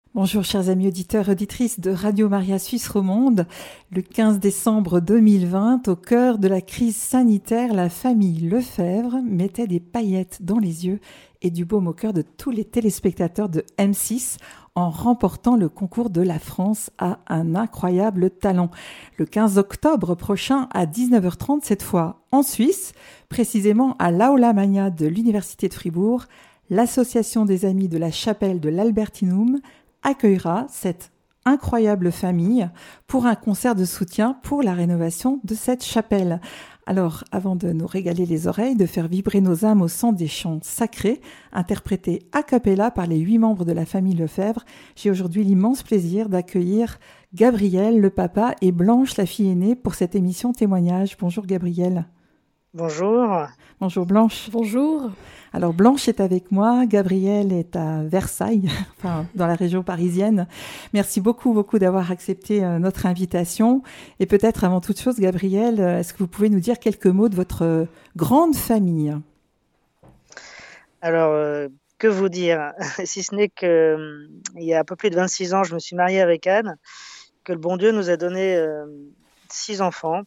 Bonjour chers amis auditeurs et auditrices de Radio Maria Suisse Romande. Le 15 décembre 2020, au cœur de la crise sanitaire, la famille Lefebvre mettait des paillettes dans les yeux et du baume au cœur de tous les téléspectateurs de M6 en remportant le concours de la France à un incroyable talent. Le 15 octobre prochain à 19h30, cette fois en Suisse, précisément à l'Aula Magna de l'Université de Fribourg, l'association des amis de la chapelle de l'Albertinum accueillera cette incroyable famille pour un concert de soutien pour la rénovation de cette chapelle. Alors, avant de nous régaler les oreilles, de faire vibrer nos âmes au son des chants sacrés, interprétés a cappella par les 8 membres de la famille Lefebvre, j'ai aujourd'hui l'immense plaisir d'accueillir Gabriel, le papa, et Blanche, la fille aînée, pour cette émission témoignage. Bonjour Gabriel. Bonjour. Bonjour Blanche. Bonjour. Alors Blanche est avec moi, Gabriel est à Versailles, enfin dans la région parisienne. Merci beaucoup d'avoir accepté notre invitation. Et peut-être avant toute chose, Gabriel, est-ce que vous pouvez nous dire quelques mots de votre grande famille ? Alors, que vous dire ? Si ce n'est que il y a un peu plus de 26 ans, je me suis mariée avec Anne, que le bon Dieu nous a donné 6 enfants.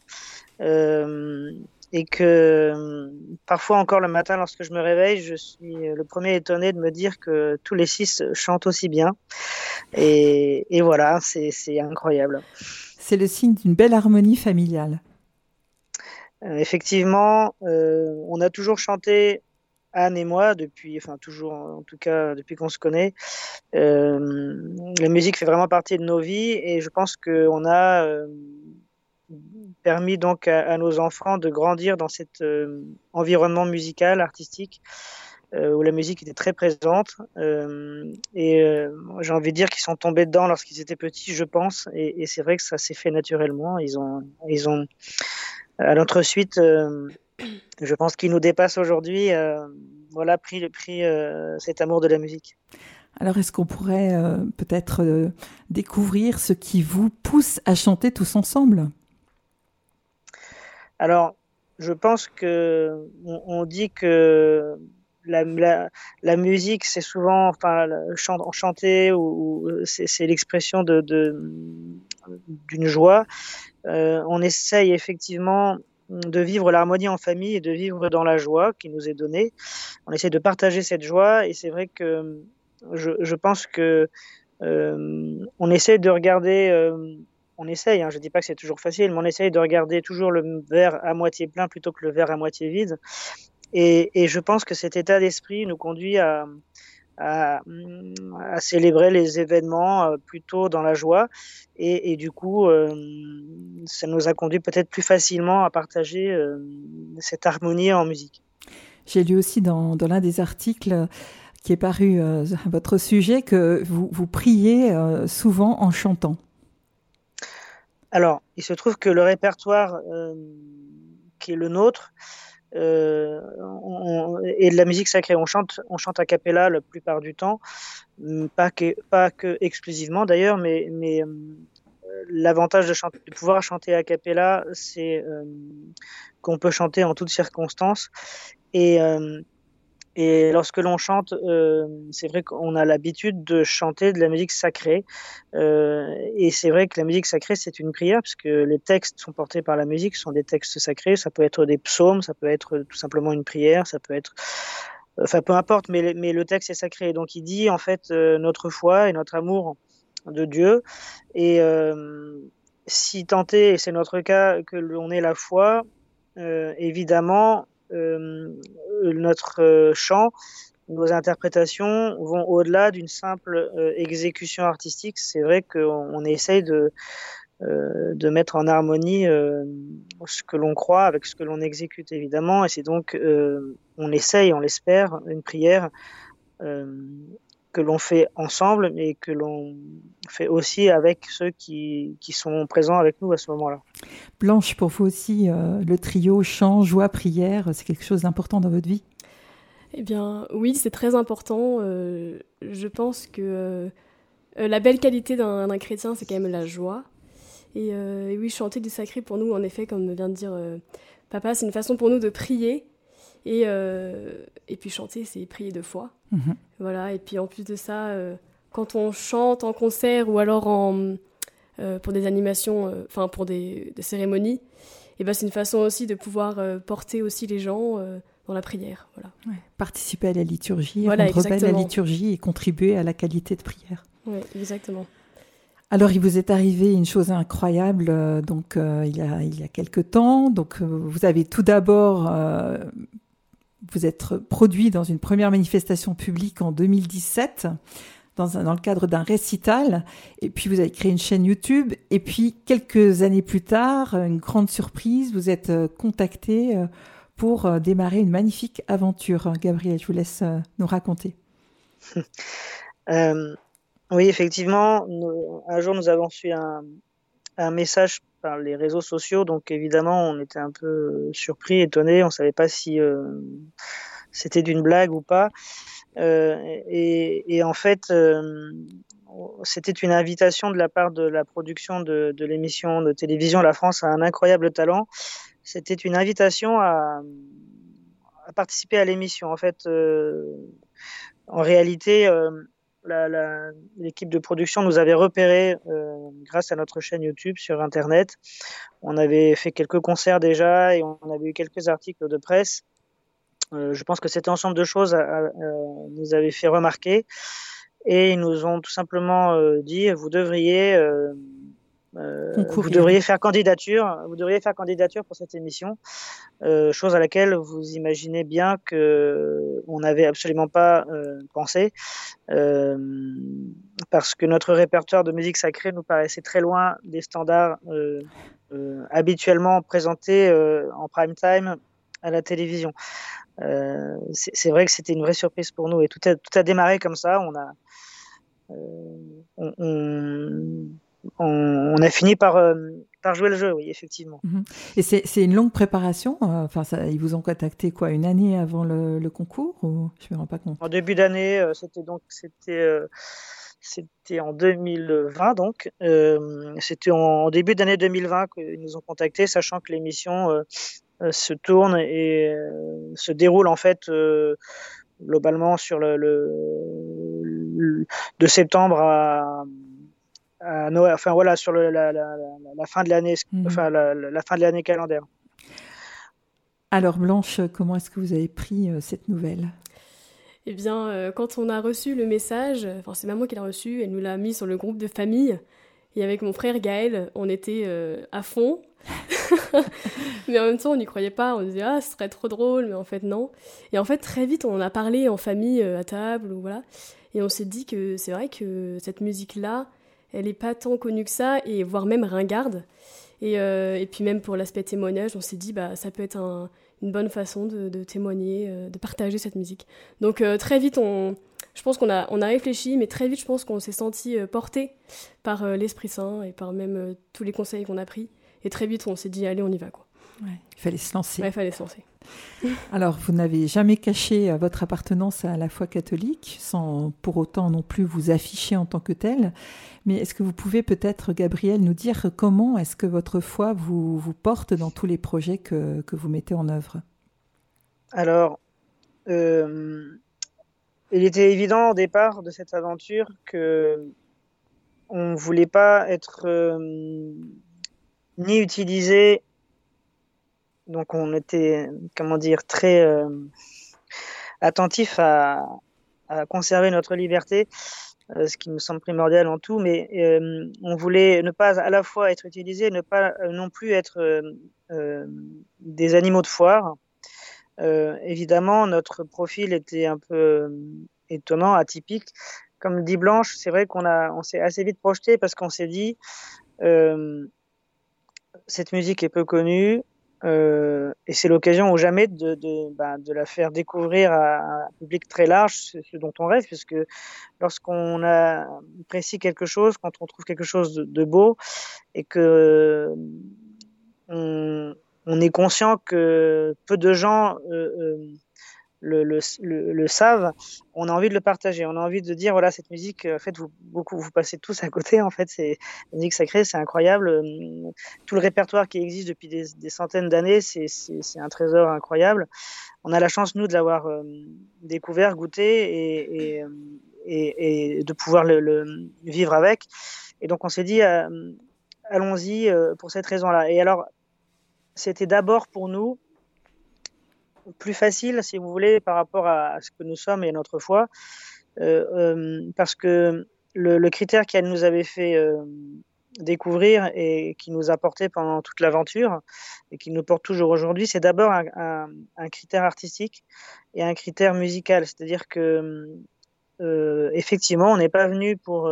Et que parfois encore le matin, lorsque je me réveille, je suis le premier étonné de me dire que tous les 6 chantent aussi bien. Et voilà, c'est incroyable. C'est le signe d'une belle harmonie familiale. Effectivement, on a toujours chanté, Anne et moi, toujours, en tout cas, depuis qu'on se connaît. La musique fait vraiment partie de nos vies et je pense qu'on a permis donc à nos enfants de grandir dans cet environnement musical, artistique, où la musique était très présente. J'ai envie de dire qu'ils sont tombés dedans lorsqu'ils étaient petits, je pense, et c'est vrai que ça s'est fait naturellement. Ils ont à notre suite, je pense qu'ils nous dépassent aujourd'hui, pris cet amour de la musique. Alors, est-ce qu'on pourrait peut-être découvrir ce qui vous pousse à chanter tous ensemble ? Alors, je pense que on dit que la musique, c'est souvent, chanter ou c'est l'expression d'une joie. On essaye effectivement de vivre l'harmonie en famille et de vivre dans la joie qui nous est donnée. On essaie de partager cette joie et c'est vrai que je pense que on essaie de regarder. On essaye, je ne dis pas que c'est toujours facile, mais on essaye de regarder toujours le verre à moitié plein plutôt que le verre à moitié vide. Et je pense que cet état d'esprit nous conduit à célébrer les événements plutôt dans la joie. Et du coup, ça nous a conduit peut-être plus facilement à partager cette harmonie en musique. J'ai lu aussi dans l'un des articles qui est paru à votre sujet que vous priez souvent en chantant. Alors, il se trouve que le répertoire qui est le nôtre et de la musique sacrée, on chante a cappella la plupart du temps, pas que exclusivement d'ailleurs, mais l'avantage de pouvoir chanter a cappella, c'est qu'on peut chanter en toutes circonstances et lorsque l'on chante, c'est vrai qu'on a l'habitude de chanter de la musique sacrée. Et c'est vrai que la musique sacrée, c'est une prière, puisque les textes sont portés par la musique, sont des textes sacrés. Ça peut être des psaumes, ça peut être tout simplement une prière, ça peut être... Enfin, peu importe, mais le texte est sacré. Donc, il dit, en fait, notre foi et notre amour de Dieu. Et si tant est, et c'est notre cas, que l'on ait la foi, évidemment... notre chant, nos interprétations vont au-delà d'une simple exécution artistique. C'est vrai qu'on essaye de mettre en harmonie ce que l'on croit avec ce que l'on exécute, évidemment. Et c'est donc, on essaye, on l'espère, une prière que l'on fait ensemble, mais que l'on fait aussi avec ceux qui sont présents avec nous à ce moment-là. Blanche, pour vous aussi, le trio chant, joie, prière, c'est quelque chose d'important dans votre vie ? Eh bien, oui, c'est très important. Je pense que la belle qualité d'un chrétien, c'est quand même la joie. Et oui, chanter du sacré pour nous, en effet, comme vient de dire Papa, c'est une façon pour nous de prier. Et puis chanter, c'est prier de foi. Voilà. Et puis en plus de ça, quand on chante en concert ou alors pour des animations, pour des cérémonies, et ben c'est une façon aussi de pouvoir porter aussi les gens dans la prière. Voilà. Ouais. Participer à la liturgie, voilà, rendre belle la exactement. liturgie et contribuer à la qualité de prière. Oui, exactement. Alors, il vous est arrivé une chose incroyable il y a quelque temps. Donc, vous avez tout d'abord, vous êtes produit dans une première manifestation publique en 2017, dans le cadre d'un récital. Et puis, vous avez créé une chaîne YouTube. Et puis, quelques années plus tard, une grande surprise, vous êtes contacté pour démarrer une magnifique aventure. Gabriel, je vous laisse nous raconter. Oui, effectivement, un jour nous avons reçu un message par les réseaux sociaux, donc évidemment on était un peu surpris, étonnés, on ne savait pas si c'était d'une blague ou pas. Et en fait, c'était une invitation de la part de la production de l'émission de télévision La France a un incroyable talent. C'était une invitation à participer à l'émission. En fait, en réalité, l'équipe de production nous avait repérés grâce à notre chaîne YouTube sur Internet. On avait fait quelques concerts déjà et on avait eu quelques articles de presse. Je pense que cet ensemble de choses nous avait fait remarquer et ils nous ont tout simplement dit vous devriez faire candidature pour cette émission, chose à laquelle vous imaginez bien que on n'avait absolument pas pensé, parce que notre répertoire de musique sacrée nous paraissait très loin des standards habituellement présentés en prime time à la télévision. C'est vrai que c'était une vraie surprise pour nous et tout a démarré comme ça. On a fini par jouer le jeu, oui, effectivement. Et c'est une longue préparation. Ils vous ont contacté quoi, une année avant le concours ou je me rends pas compte. En début d'année, c'était en 2020, donc c'était en début d'année 2020 qu'ils nous ont contactés, sachant que l'émission se tourne et se déroule en fait globalement sur de septembre à Noël, enfin voilà, sur la fin de l'année, la fin de l'année calendaire. Alors Blanche, comment est-ce que vous avez pris cette nouvelle ? Eh bien, quand on a reçu le message, c'est maman qui l'a reçu, elle nous l'a mis sur le groupe de famille. Et avec mon frère Gaël, on était à fond. Mais en même temps, on n'y croyait pas. On disait, ce serait trop drôle, mais en fait, non. Et en fait, très vite, on en a parlé en famille, à table, voilà. Et on s'est dit que c'est vrai que cette musique-là, elle n'est pas tant connue que ça, et voire même ringarde. Et puis même pour l'aspect témoignage, on s'est dit, ça peut être une bonne façon de témoigner, de partager cette musique. Donc très vite, je pense qu'on a réfléchi, mais très vite, je pense qu'on s'est senti porté par l'Esprit Saint et par même tous les conseils qu'on a pris. Et très vite, on s'est dit, allez, on y va, quoi. Ouais, il fallait se lancer. Ouais, il fallait se lancer. Alors, vous n'avez jamais caché votre appartenance à la foi catholique, sans pour autant non plus vous afficher en tant que tel. Mais est-ce que vous pouvez peut-être, Gabriel, nous dire comment est-ce que votre foi vous porte dans tous les projets que vous mettez en œuvre ? Alors, il était évident au départ de cette aventure que on ne voulait pas être ni utilisé. Donc on était, très attentif à conserver notre liberté, ce qui me semble primordial en tout, mais on voulait ne pas à la fois être utilisé, ne pas non plus être des animaux de foire. Évidemment, notre profil était un peu étonnant, atypique. Comme dit Blanche, c'est vrai on s'est assez vite projeté parce qu'on s'est dit cette musique est peu connue, et c'est l'occasion ou jamais de la faire découvrir à un public très large, ce dont on rêve, puisque lorsqu'on apprécie quelque chose, quand on trouve quelque chose de beau, et que on est conscient que peu de gens le savent, on a envie de le partager, on a envie de dire voilà, cette musique, en fait, vous passez tous à côté, en fait, c'est la musique sacrée, c'est incroyable, tout le répertoire qui existe depuis des centaines d'années, c'est un trésor incroyable. On a la chance, nous, de l'avoir découvert, goûté, et de pouvoir le vivre avec. Et donc on s'est dit, allons-y pour cette raison-là. Et alors, c'était d'abord pour nous plus facile, si vous voulez, par rapport à ce que nous sommes et à notre foi, parce que le critère qu'elle nous avait fait découvrir et qui nous a porté pendant toute l'aventure et qui nous porte toujours aujourd'hui, c'est d'abord un critère artistique et un critère musical. C'est-à-dire que effectivement, on n'est pas venu pour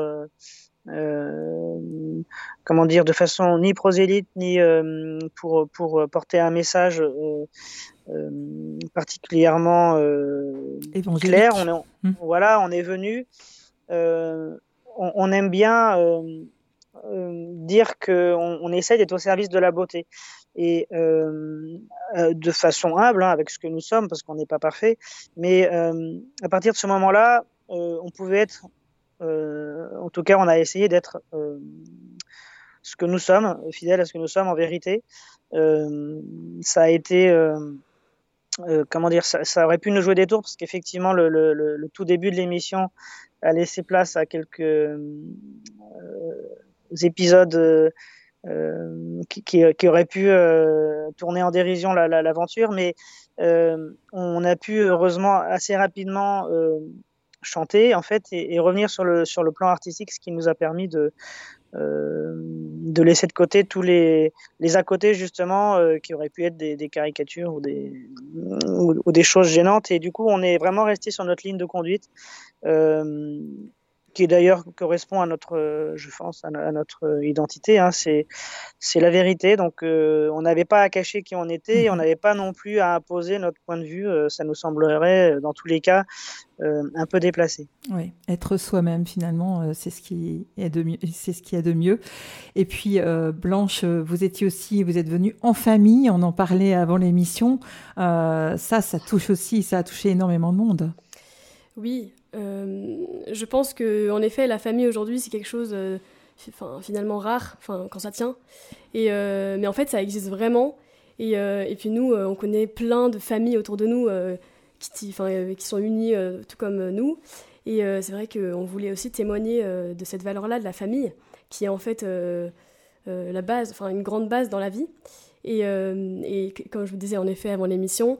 comment dire, de façon ni prosélyte ni pour porter un message particulièrement clair. Voilà, on est venu. On aime bien dire qu'on essaye d'être au service de la beauté et de façon humble, hein, avec ce que nous sommes, parce qu'on n'est pas parfait. Mais à partir de ce moment-là, on pouvait être, en tout cas, on a essayé d'être ce que nous sommes, fidèles à ce que nous sommes en vérité. Ça a été comment dire, ça aurait pu nous jouer des tours parce qu'effectivement le tout début de l'émission a laissé place à quelques épisodes qui auraient pu tourner en dérision l'aventure, mais on a pu heureusement assez rapidement chanter en fait et revenir sur le plan artistique, ce qui nous a permis de laisser de côté tous les à côté justement qui auraient pu être des caricatures ou des choses gênantes, et du coup on est vraiment resté sur notre ligne de conduite qui d'ailleurs correspond à notre je pense à notre identité, hein, c'est la vérité, donc on n'avait pas à cacher qui on était, et on n'avait pas non plus à imposer notre point de vue, ça nous semblerait dans tous les cas un peu déplacé. Oui, être soi-même finalement, c'est ce qui est de mieux, c'est ce qu'il y a de mieux. Et puis Blanche, vous êtes venue en famille, on en parlait avant l'émission. Ça touche aussi, ça a touché énormément de monde. Oui, je pense que en effet la famille aujourd'hui c'est quelque chose finalement rare, quand ça tient. Mais en fait ça existe vraiment. Et puis nous on connaît plein de familles autour de nous. Qui sont unis tout comme nous. Et c'est vrai qu'on voulait aussi témoigner de cette valeur-là de la famille, qui est en fait la base, une grande base dans la vie. Et comme je vous disais en effet avant l'émission,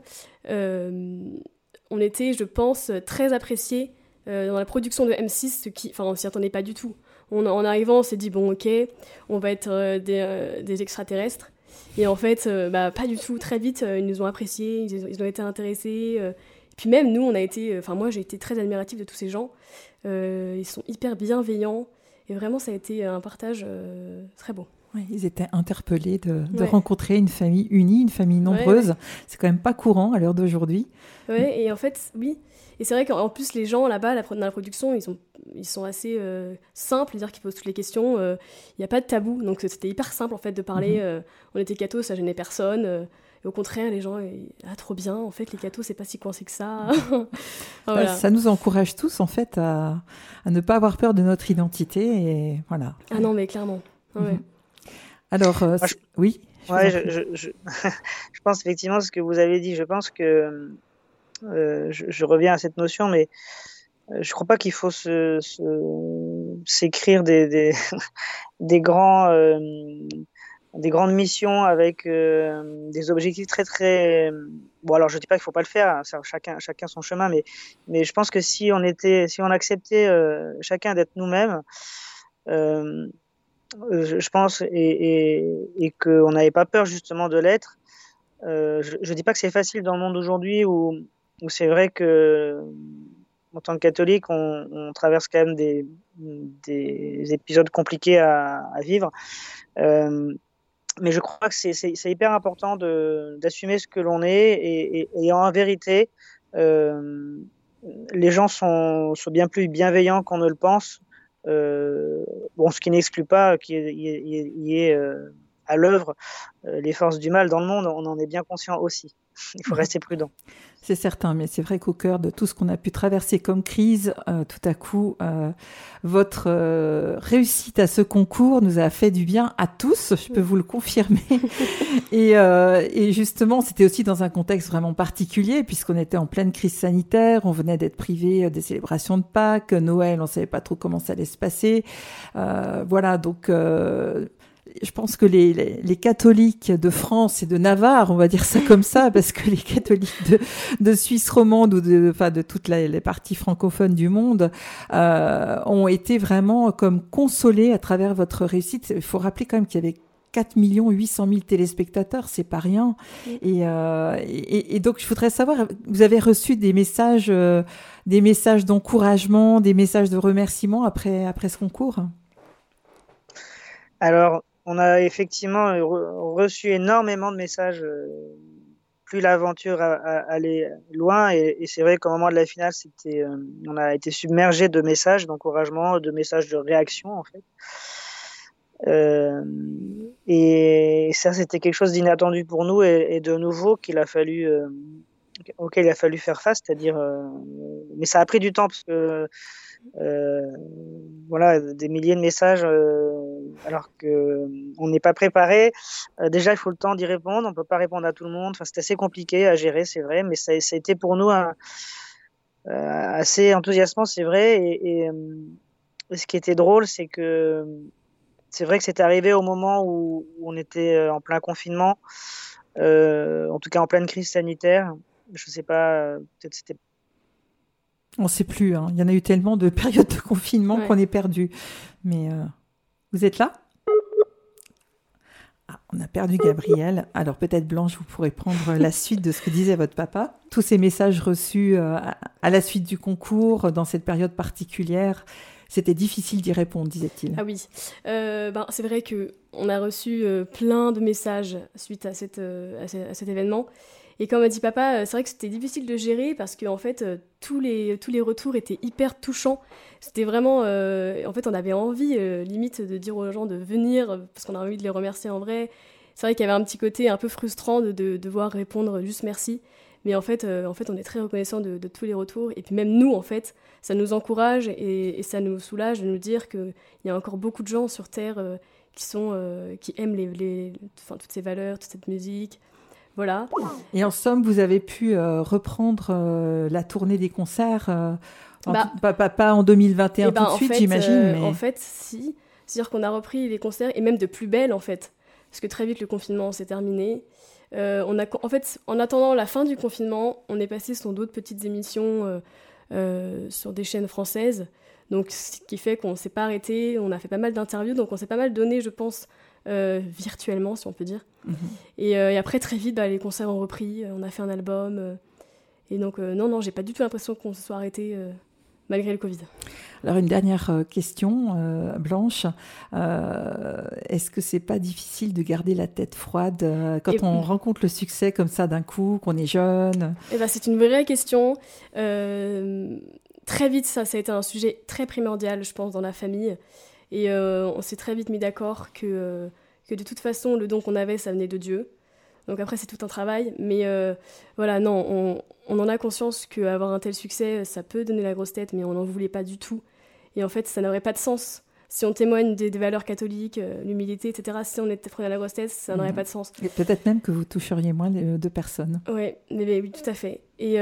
on était, je pense, très appréciés dans la production de M6, on s'y attendait pas du tout. En arrivant, on s'est dit, bon ok, on va être des extraterrestres. Et en fait, pas du tout. Très vite, ils nous ont appréciés, ils ont été intéressés. Et puis même, nous, moi, j'ai été très admirative de tous ces gens. Ils sont hyper bienveillants. Et vraiment, ça a été un partage très beau. Ouais, ils étaient interpellés de rencontrer une famille unie, une famille nombreuse. Ouais. C'est quand même pas courant à l'heure d'aujourd'hui. Oui, et en fait, oui. Et c'est vrai qu'en plus, les gens là-bas, dans la production, ils sont assez simples, c'est-à-dire qu'ils posent toutes les questions. Il n'y a pas de tabou, donc c'était hyper simple en fait de parler. On était cathos, ça gênait personne. Et au contraire, les gens, trop bien, en fait, les cathos, c'est pas si coincé que ça. Voilà. Ça nous encourage tous, en fait, à ne pas avoir peur de notre identité, et voilà. Ah non, mais clairement. Ouais. Alors, oui. Je pense effectivement ce que vous avez dit. Je pense que je reviens à cette notion, mais je crois pas qu'il faut s'écrire des grandes missions avec des objectifs très très bon. Alors je dis pas qu'il faut pas le faire, hein, chacun son chemin, mais je pense que si on acceptait chacun d'être nous-mêmes, je pense et qu'on n'avait pas peur justement de l'être. Je dis pas que c'est facile dans le monde d'aujourd'hui où c'est vrai que en tant que catholique, on traverse quand même des épisodes compliqués à vivre. Mais je crois que c'est hyper important d'assumer ce que l'on est, et en vérité, les gens sont bien plus bienveillants qu'on ne le pense. Ce qui n'exclut pas qu'il y ait à l'œuvre les forces du mal dans le monde, on en est bien conscient aussi. il faut rester prudent. C'est certain, mais c'est vrai qu'au cœur de tout ce qu'on a pu traverser comme crise, tout à coup, votre réussite à ce concours nous a fait du bien à tous, je peux vous le confirmer. Et justement, c'était aussi dans un contexte vraiment particulier, puisqu'on était en pleine crise sanitaire, on venait d'être privé des célébrations de Pâques, Noël, on savait pas trop comment ça allait se passer. Voilà, donc... je pense que les catholiques de France et de Navarre, on va dire ça comme ça, parce que les catholiques de Suisse romande ou de toutes les parties francophones du monde ont été vraiment comme consolés à travers votre réussite. Il faut rappeler quand même qu'il y avait 4 800 000 téléspectateurs, c'est pas rien. Et donc, je voudrais savoir, vous avez reçu des messages d'encouragement, des messages de remerciement après ce concours? Alors, on a effectivement reçu énormément de messages. Plus l'aventure allait loin, et c'est vrai qu'au moment de la finale, on a été submergé de messages d'encouragement, de messages de réaction en fait. Et ça, c'était quelque chose d'inattendu pour nous et de nouveau auquel il a fallu faire face, c'est-à-dire, mais ça a pris du temps parce que voilà, des milliers de messages alors que on n'est pas préparé. Déjà, il faut le temps d'y répondre. On peut pas répondre à tout le monde. Enfin, c'est assez compliqué à gérer, c'est vrai, mais ça a été pour nous assez enthousiasmant, c'est vrai. Et ce qui était drôle, c'est que c'est vrai que c'est arrivé au moment où on était en plein confinement, en tout cas en pleine crise sanitaire. Je sais pas, peut-être c'était... On ne sait plus, hein. Il y en a eu tellement de périodes de confinement qu'on est perdu. Mais vous êtes là ? On a perdu Gabriel. Alors peut-être Blanche, vous pourrez prendre la suite de ce que disait votre papa. Tous ces messages reçus à la suite du concours, dans cette période particulière, c'était difficile d'y répondre, disait-il. Ah oui, c'est vrai qu'on a reçu plein de messages suite à cet événement. Et comme a dit papa, c'est vrai que c'était difficile de gérer parce qu'en fait, tous les retours étaient hyper touchants. C'était vraiment... en fait, on avait envie, limite, de dire aux gens de venir parce qu'on a envie de les remercier en vrai. C'est vrai qu'il y avait un petit côté un peu frustrant de devoir répondre juste merci. Mais en fait, on est très reconnaissant de tous les retours. Et puis même nous, en fait, ça nous encourage et ça nous soulage de nous dire qu'il y a encore beaucoup de gens sur Terre qui aiment toutes ces valeurs, toute cette musique. Voilà. Et en somme, vous avez pu reprendre la tournée des concerts, pas en 2021 tout de suite, j'imagine. Mais... En fait, si. C'est-à-dire qu'on a repris les concerts, et même de plus belle, en fait. Parce que très vite, le confinement s'est terminé. En attendant la fin du confinement, on est passé sur d'autres petites émissions sur des chaînes françaises. Donc, ce qui fait qu'on ne s'est pas arrêté. On a fait pas mal d'interviews, donc on s'est pas mal donné, je pense, virtuellement, si on peut dire. Et après, très vite, les concerts ont repris. On a fait un album. Et donc, non, j'ai pas du tout l'impression qu'on se soit arrêté malgré le Covid. Alors, une dernière question, Blanche. Est-ce que c'est pas difficile de garder la tête froide quand on rencontre le succès comme ça d'un coup, qu'on est jeune ? C'est une vraie question. Très vite, ça a été un sujet très primordial, je pense, dans la famille. Et on s'est très vite mis d'accord que de toute façon, le don qu'on avait, ça venait de Dieu. Donc après, c'est tout un travail. Mais voilà, non, on en a conscience qu'avoir un tel succès, ça peut donner la grosse tête, mais on n'en voulait pas du tout. Et en fait, ça n'aurait pas de sens. Si on témoigne des valeurs catholiques, l'humilité, etc., si on était pris à la grosse tête, ça n'aurait pas de sens. Et peut-être même que vous toucheriez moins de personnes. Ouais, mais oui, tout à fait. Et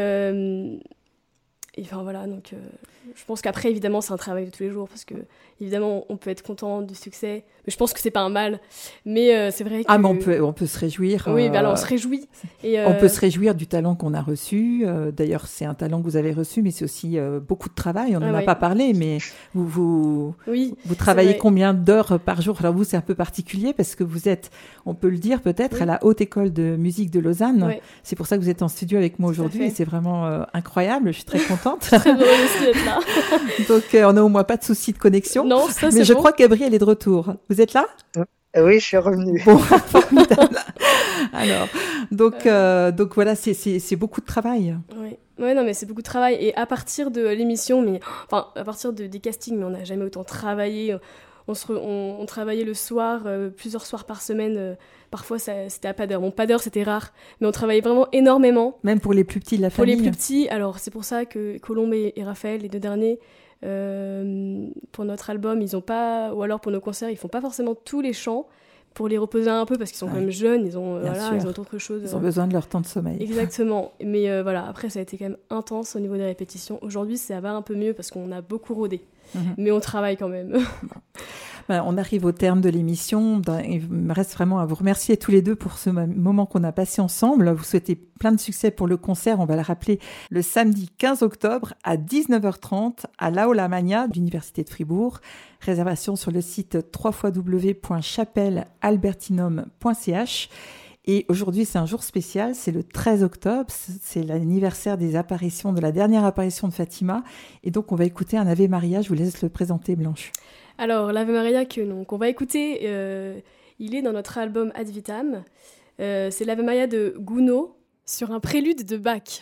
enfin voilà, donc je pense qu'après, évidemment, c'est un travail de tous les jours, parce que, évidemment, on peut être content du succès, mais je pense que c'est pas un mal. Mais c'est vrai que... Ah, mais on peut se réjouir. Oui, on se réjouit. Et on peut se réjouir du talent qu'on a reçu. D'ailleurs, c'est un talent que vous avez reçu, mais c'est aussi beaucoup de travail. On n'en a pas parlé, mais vous travaillez combien d'heures par jour ? Alors vous, c'est un peu particulier, parce que vous êtes, on peut le dire peut-être, à la Haute École de musique de Lausanne. Oui. C'est pour ça que vous êtes en studio avec moi aujourd'hui, et c'est vraiment incroyable. Je suis très contente. Très heureuse aussi d'être là. Donc, on n'a au moins pas de souci de connexion. Non, ça, mais je crois que Gabriel est de retour. Vous êtes là ? Oui, je suis revenue. Bon, formidable. Alors, donc voilà, c'est beaucoup de travail. Oui. Ouais, non, mais c'est beaucoup de travail. Et à partir de l'émission, à partir des castings, mais on n'a jamais autant travaillé. on travaillait le soir, plusieurs soirs par semaine. Parfois, c'était à pas d'heure. Bon, pas d'heure, c'était rare. Mais on travaillait vraiment énormément. Même pour les plus petits de la famille. Pour les plus petits, alors c'est pour ça que Colombe et Raphaël, les deux derniers, pour notre album, ils ont pas, ou alors pour nos concerts, ils font pas forcément tous les chants pour les reposer un peu parce qu'ils sont quand même jeunes, ils ont autre chose. Ils ont besoin de leur temps de sommeil. Exactement. Mais voilà, après ça a été quand même intense au niveau des répétitions. Aujourd'hui, ça va un peu mieux parce qu'on a beaucoup rodé. Mais on travaille quand même. On arrive au terme de l'émission. Il me reste vraiment à vous remercier tous les deux pour ce moment qu'on a passé ensemble. Vous souhaitez plein de succès pour le concert. On va le rappeler le samedi 15 octobre à 19h30 à l'Aula Magna de l'Université de Fribourg. Réservation sur le site www.chapellealbertinum.ch. Et aujourd'hui, c'est un jour spécial, c'est le 13 octobre, c'est l'anniversaire de la dernière apparition de Fatima. Et donc, on va écouter un Ave Maria. Je vous laisse le présenter, Blanche. Alors, l'Ave Maria qu'on va écouter, il est dans notre album Ad Vitam. C'est l'Ave Maria de Gounod sur un prélude de Bach.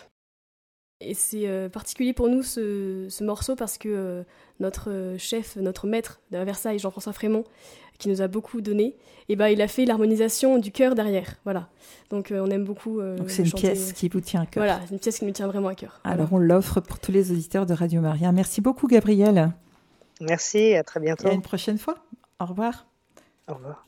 Et c'est particulier pour nous ce morceau parce que notre chef, notre maître à Versailles, Jean-François Frémont, qui nous a beaucoup donné, et il a fait l'harmonisation du chœur derrière. Voilà. Donc on aime beaucoup. Donc c'est une pièce qui vous tient à cœur. Voilà, c'est une pièce qui nous tient vraiment à cœur. Alors on l'offre pour tous les auditeurs de Radio Maria. Merci beaucoup, Gabriel. Merci, à très bientôt. Et à une prochaine fois. Au revoir. Au revoir.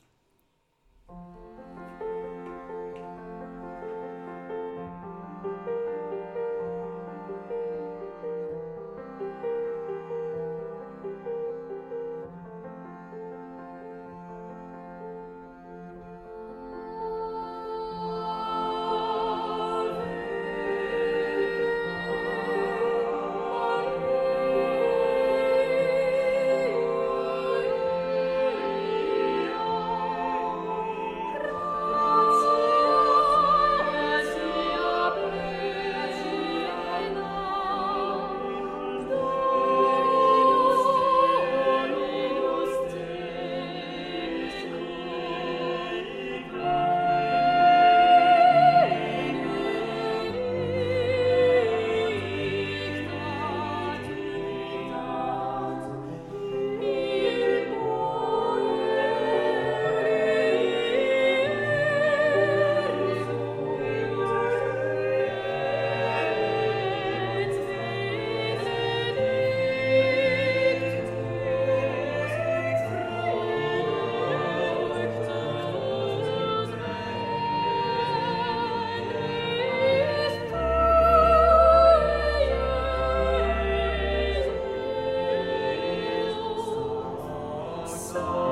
So